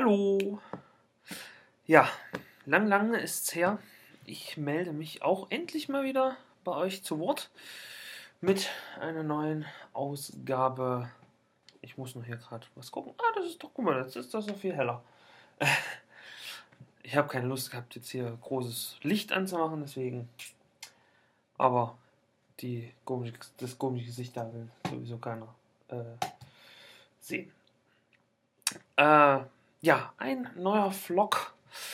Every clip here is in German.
Hallo. Ja, lang ist's her. Ich melde mich auch endlich mal wieder bei euch zu Wort mit einer neuen Ausgabe. Ich muss nur hier gerade was gucken. Das ist doch, guck mal, jetzt ist das so viel heller. Ich habe keine Lust gehabt, jetzt hier großes Licht anzumachen, deswegen. Aber das komische Gesicht da will sowieso keiner sehen. Ja, ein neuer Vlog.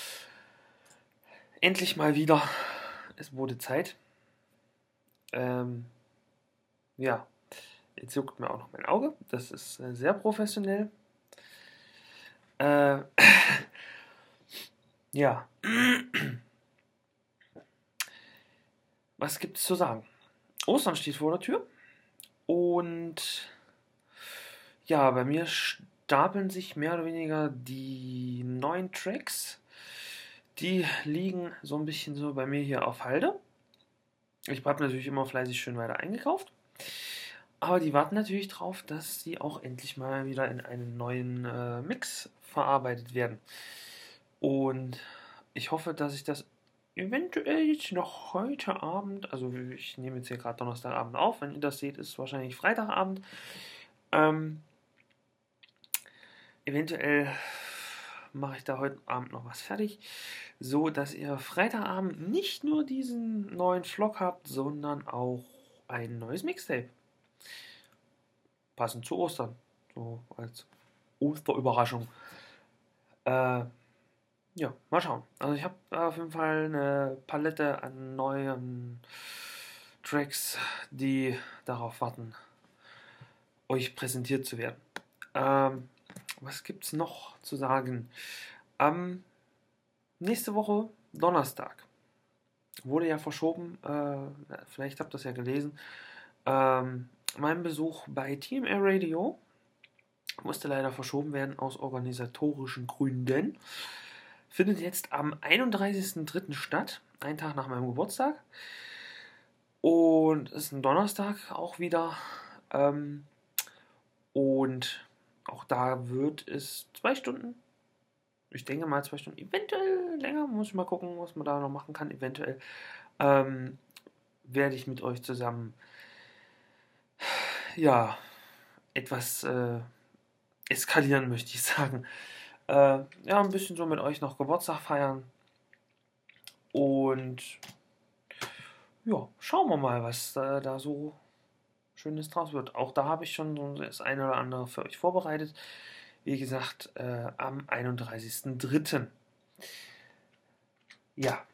Endlich mal wieder. Es wurde Zeit. Ja, jetzt juckt mir auch noch mein Auge. Das ist sehr professionell. Äh, ja. Was gibt es zu sagen? Ostern steht vor der Tür. Und ja, bei mir stapeln sich mehr oder weniger die neuen Tracks. Die liegen so ein bisschen so bei mir hier auf Halde. Ich habe natürlich immer fleißig schön weiter eingekauft. Aber die warten natürlich drauf, dass sie auch endlich mal wieder in einen neuen Mix verarbeitet werden. Und ich hoffe, dass ich das eventuell jetzt noch heute Abend, also ich nehme jetzt hier gerade Donnerstagabend auf, wenn ihr das seht, ist es wahrscheinlich Freitagabend. Eventuell mache ich da heute Abend noch was fertig, so dass ihr Freitagabend nicht nur diesen neuen Vlog habt, sondern auch ein neues Mixtape. Passend zu Ostern, so als Osterüberraschung. Ja, mal schauen. Also ich habe auf jeden Fall eine Palette an neuen Tracks, die darauf warten, euch präsentiert zu werden. Was gibt's noch zu sagen? Nächste Woche Donnerstag wurde ja verschoben, vielleicht habt ihr das ja gelesen, mein Besuch bei TMR Radio musste leider verschoben werden aus organisatorischen Gründen. Findet jetzt am 31.03. statt, einen Tag nach meinem Geburtstag. Und ist ein Donnerstag auch wieder. Und auch da wird es 2 Stunden. Ich denke mal 2 Stunden, eventuell länger. Muss ich mal gucken, was man da noch machen kann. Eventuell werde ich mit euch zusammen ja etwas eskalieren, möchte ich sagen. Ja, ein bisschen so mit euch noch Geburtstag feiern. Und ja, schauen wir mal, was da so Schönes draus wird. Auch da habe ich schon so das eine oder andere für euch vorbereitet. Wie gesagt, am 31.03. Ja,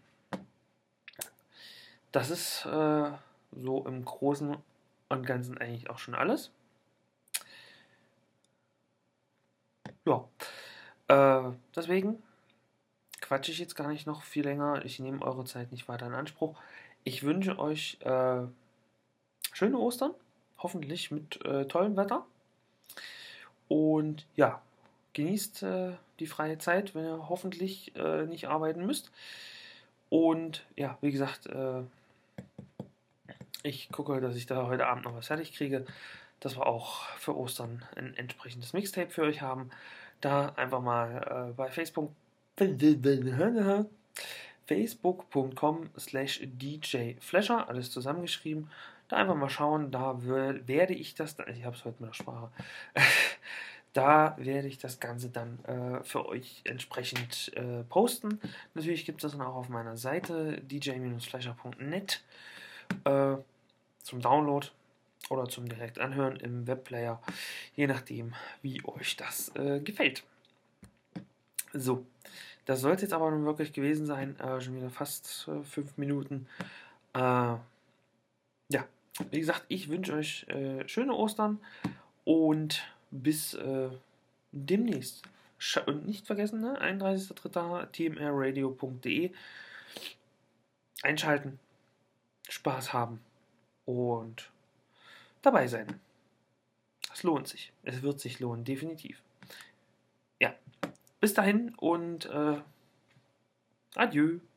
das ist so im Großen und Ganzen eigentlich auch schon alles. Ja, deswegen quatsche ich jetzt gar nicht noch viel länger. Ich nehme eure Zeit nicht weiter in Anspruch. Ich wünsche euch schöne Ostern, hoffentlich mit tollem Wetter. Und ja, genießt die freie Zeit, wenn ihr hoffentlich nicht arbeiten müsst. Und ja, wie gesagt, ich gucke, dass ich da heute Abend noch was fertig kriege, dass wir auch für Ostern ein entsprechendes Mixtape für euch haben. Da einfach mal bei facebook.com/djflasher, alles zusammengeschrieben. Da einfach mal schauen, da werde ich das, ich habe es heute mit der Sprache, da werde ich das Ganze dann für euch entsprechend posten. Natürlich gibt es das dann auch auf meiner Seite dj-flasher.net zum Download oder zum direkt anhören im Webplayer, je nachdem, wie euch das gefällt. So, das soll es jetzt aber nun wirklich gewesen sein. Schon wieder fast 5 Minuten. Ja, wie gesagt, ich wünsche euch schöne Ostern und bis demnächst. Und nicht vergessen, ne? 31.03. tmrradio.de einschalten, Spaß haben und dabei sein. Es lohnt sich. Es wird sich lohnen, definitiv. Ja, bis dahin und adieu.